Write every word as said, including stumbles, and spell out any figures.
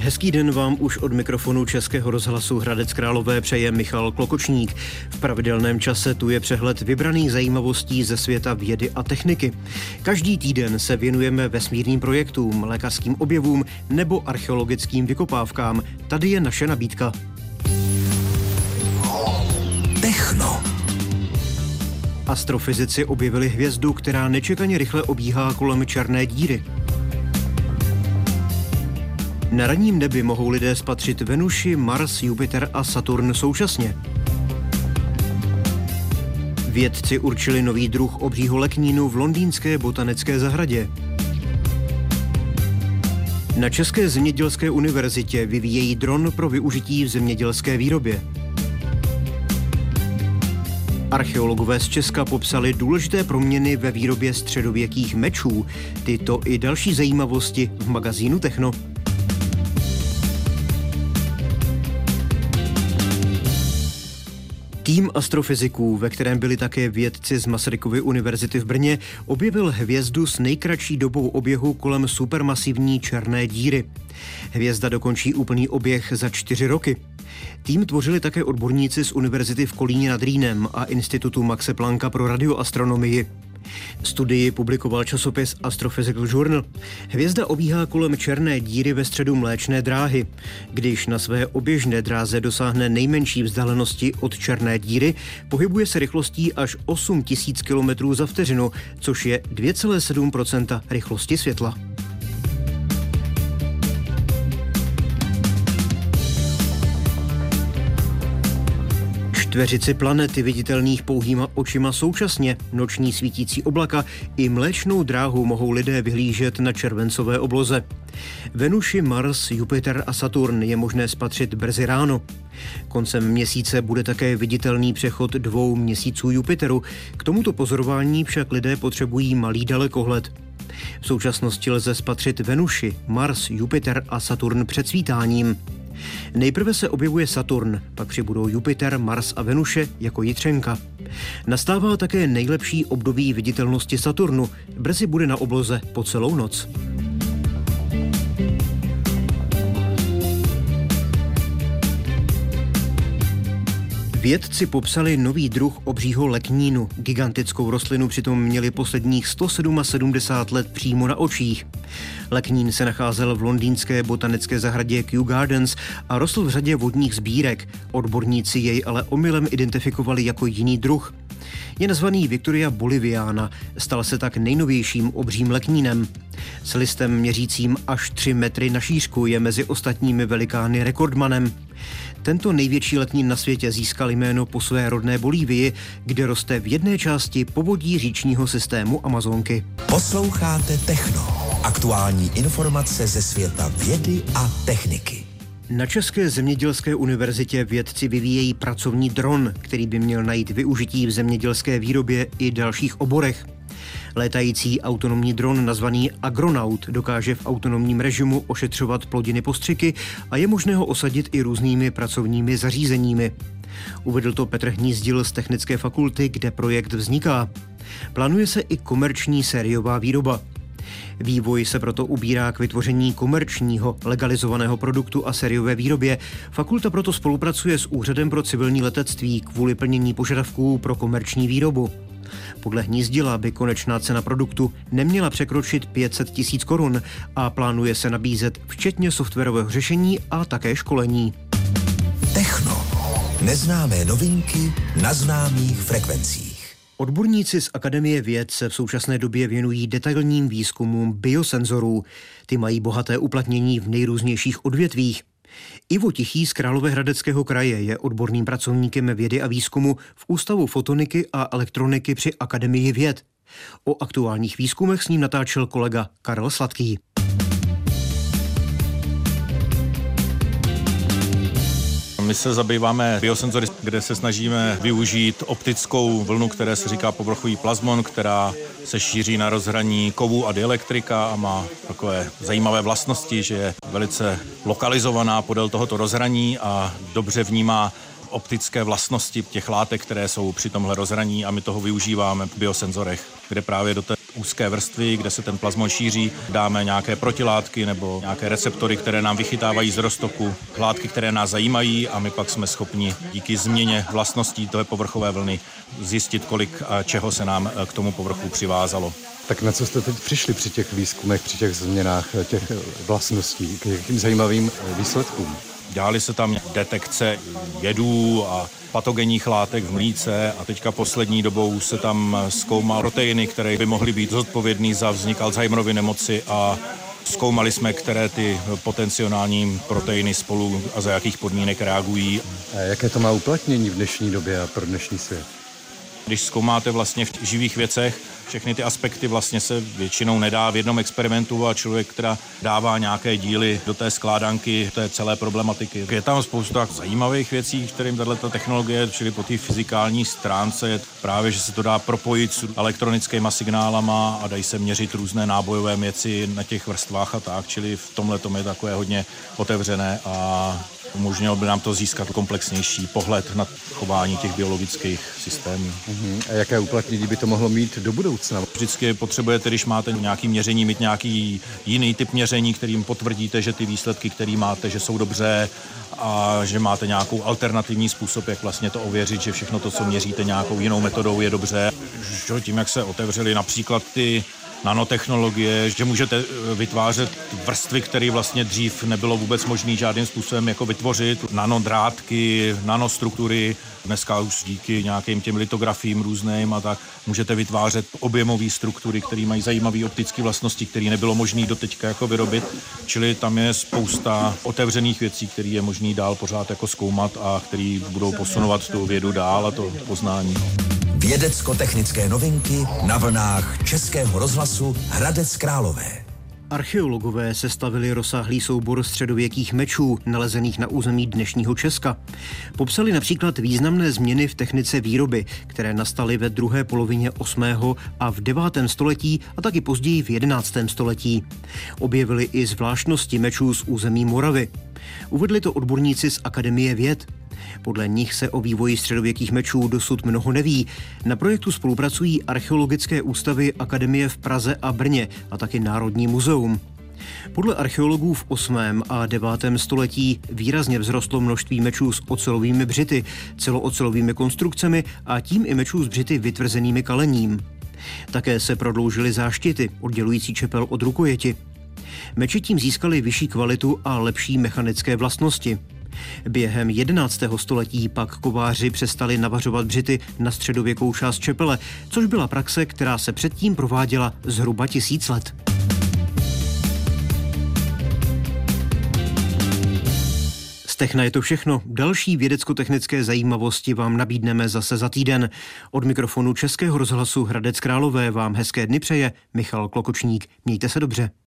Hezký den vám už od mikrofonu Českého rozhlasu Hradec Králové přeje Michal Klokočník. V pravidelném čase tu je přehled vybraných zajímavostí ze světa vědy a techniky. Každý týden se věnujeme vesmírným projektům, lékařským objevům nebo archeologickým vykopávkám. Tady je naše nabídka. Techno. Astrofyzici objevili hvězdu, která nečekaně rychle obíhá kolem černé díry. Na ranním nebi mohou lidé spatřit Venuši, Mars, Jupiter a Saturn současně. Vědci určili nový druh obřího leknínu v londýnské botanické zahradě. Na České zemědělské univerzitě vyvíjejí dron pro využití v zemědělské výrobě. Archeologové z Česka popsali důležité proměny ve výrobě středověkých mečů. Tyto i další zajímavosti v magazínu Techno. Tým astrofyziků, ve kterém byli také vědci z Masarykovy univerzity v Brně, objevil hvězdu s nejkratší dobou oběhu kolem supermasivní černé díry. Hvězda dokončí úplný oběh za čtyři roky. Tým tvořili také odborníci z univerzity v Kolíně nad Rýnem a Institutu Maxe Plancka pro radioastronomii. Studii publikoval časopis Astrophysical Journal. Hvězda obíhá kolem černé díry ve středu Mléčné dráhy. Když na své oběžné dráze dosáhne nejmenší vzdálenosti od černé díry, pohybuje se rychlostí až osm tisíc kilometrů za vteřinu, což je dvě celá sedm procenta rychlosti světla. Čtveřici planety viditelných pouhýma očima současně, noční svítící oblaka i Mléčnou dráhu mohou lidé vyhlížet na červencové obloze. Venuši, Mars, Jupiter a Saturn je možné spatřit brzy ráno. Koncem měsíce bude také viditelný přechod dvou měsíců Jupiteru. K tomuto pozorování však lidé potřebují malý dalekohled. V současnosti lze spatřit Venuši, Mars, Jupiter a Saturn před svítáním. Nejprve se objevuje Saturn, pak přibudou Jupiter, Mars a Venuše jako jitřenka. Nastává také nejlepší období viditelnosti Saturnu, brzy bude na obloze po celou noc. Vědci popsali nový druh obřího leknínu. Gigantickou rostlinu přitom měli posledních sto sedmdesát sedm let přímo na očích. Leknín se nacházel v londýnské botanické zahradě Kew Gardens a rostl v řadě vodních sbírek. Odborníci jej ale omylem identifikovali jako jiný druh. Je nazvaný Victoria boliviana, stal se tak nejnovějším obřím leknínem. S listem měřícím až tři metry na šířku je mezi ostatními velikány rekordmanem. Tento největší leknín na světě získal jméno po své rodné Bolívii, kde roste v jedné části povodí říčního systému Amazonky. Posloucháte Techno. Aktuální informace ze světa vědy a techniky. Na České zemědělské univerzitě vědci vyvíjejí pracovní dron, který by měl najít využití v zemědělské výrobě i dalších oborech. Létající autonomní dron nazvaný Agronaut dokáže v autonomním režimu ošetřovat plodiny postřiky a je možné ho osadit i různými pracovními zařízeními. Uvedl to Petr Hnízdil z Technické fakulty, kde projekt vzniká. Plánuje se i komerční sériová výroba. Vývoj se proto ubírá k vytvoření komerčního legalizovaného produktu a sériové výrobě. Fakulta proto spolupracuje s Úřadem pro civilní letectví kvůli plnění požadavků pro komerční výrobu. Podle Hnízdila by konečná cena produktu neměla překročit pět set tisíc korun a plánuje se nabízet včetně softwarového řešení a také školení. Techno. Neznámé novinky na známých frekvencích. Odborníci z Akademie věd se v současné době věnují detailním výzkumům biosenzorů. Ty mají bohaté uplatnění v nejrůznějších odvětvích. Ivo Tichý z Královéhradeckého kraje je odborným pracovníkem vědy a výzkumu v Ústavu fotoniky a elektroniky při Akademii věd. O aktuálních výzkumech s ním natáčel kolega Karel Sladký. My se zabýváme biosenzory, kde se snažíme využít optickou vlnu, které se říká povrchový plazmon, která se šíří na rozhraní kovů a dielektrika a má takové zajímavé vlastnosti, že je velice lokalizovaná podél tohoto rozhraní a dobře vnímá optické vlastnosti těch látek, které jsou při tomhle rozhraní, a my toho využíváme v biosenzorech, kde právě do té úzké vrstvy, kde se ten plazmon šíří, dáme nějaké protilátky nebo nějaké receptory, které nám vychytávají z roztoku látky, které nás zajímají, a my pak jsme schopni díky změně vlastností té povrchové vlny zjistit, kolik a čeho se nám k tomu povrchu přivázalo. Tak na co jste teď přišli při těch výzkumech, při těch změnách těch vlastností, k jakým zajímavým výsledkům? Dělali se tam detekce jedů a patogenních látek v mlíce a teďka poslední dobou se tam zkoumal proteiny, které by mohly být zodpovědný za vznik Alzheimerovy nemoci, a zkoumali jsme, které ty potenciální proteiny spolu a za jakých podmínek reagují. A jaké to má uplatnění v dnešní době a pro dnešní svět? Když zkoumáte vlastně v živých věcech, všechny ty aspekty vlastně se většinou nedá v jednom experimentu a člověk teda dává nějaké díly do té skládanky, té celé problematiky. Je tam spousta zajímavých věcí, kterým tato technologie, čili po té fyzikální stránce, je právě, že se to dá propojit s elektronickými signálama a dají se měřit různé nábojové věci na těch vrstvách a tak, čili v tomhle tom je takové hodně otevřené a umožnilo by nám to získat komplexnější pohled na chování těch biologických systémů. Uhum. A jaké uplatnění by to mohlo mít do budoucna? Vždycky potřebujete, když máte nějaký měření, mít nějaký jiný typ měření, kterým potvrdíte, že ty výsledky, které máte, že jsou dobře a že máte nějakou alternativní způsob, jak vlastně to ověřit, že všechno to, co měříte nějakou jinou metodou, je dobře. Tím, jak se otevřely například ty nanotechnologie, že můžete vytvářet vrstvy, které vlastně dřív nebylo vůbec možné žádným způsobem jako vytvořit. Nanodrátky, nanostruktury, dneska už díky nějakým těm litografím různým a tak můžete vytvářet objemové struktury, které mají zajímavé optické vlastnosti, které nebylo možné doteďka jako vyrobit. Čili tam je spousta otevřených věcí, které je možné dál pořád jako zkoumat a které budou posunovat tu vědu dál a to poznání. Vědecko-technické novinky na vlnách Českého rozhlasu Hradec Králové. Archeologové sestavili rozsáhlý soubor středověkých mečů, nalezených na území dnešního Česka. Popsali například významné změny v technice výroby, které nastaly ve druhé polovině osmého a v devátém století a taky později v jedenáctém století. Objevili i zvláštnosti mečů z území Moravy. Uvedli to odborníci z Akademie věd. Podle nich se o vývoji středověkých mečů dosud mnoho neví. Na projektu spolupracují archeologické ústavy Akademie v Praze a Brně a taky Národní muzeum. Podle archeologů v osmém a devátém století výrazně vzrostlo množství mečů s ocelovými břity, celoocelovými konstrukcemi a tím i mečů s břity vytvrzenými kalením. Také se prodloužily záštity, oddělující čepel od rukojeti. Meče tím získaly vyšší kvalitu a lepší mechanické vlastnosti. Během jedenáctého století pak kováři přestali navařovat břity na středověkou část čepele, což byla praxe, která se předtím prováděla zhruba tisíc let. Z Techna je to všechno. Další vědecko-technické zajímavosti vám nabídneme zase za týden. Od mikrofonu Českého rozhlasu Hradec Králové vám hezké dny přeje Michal Klokočník. Mějte se dobře.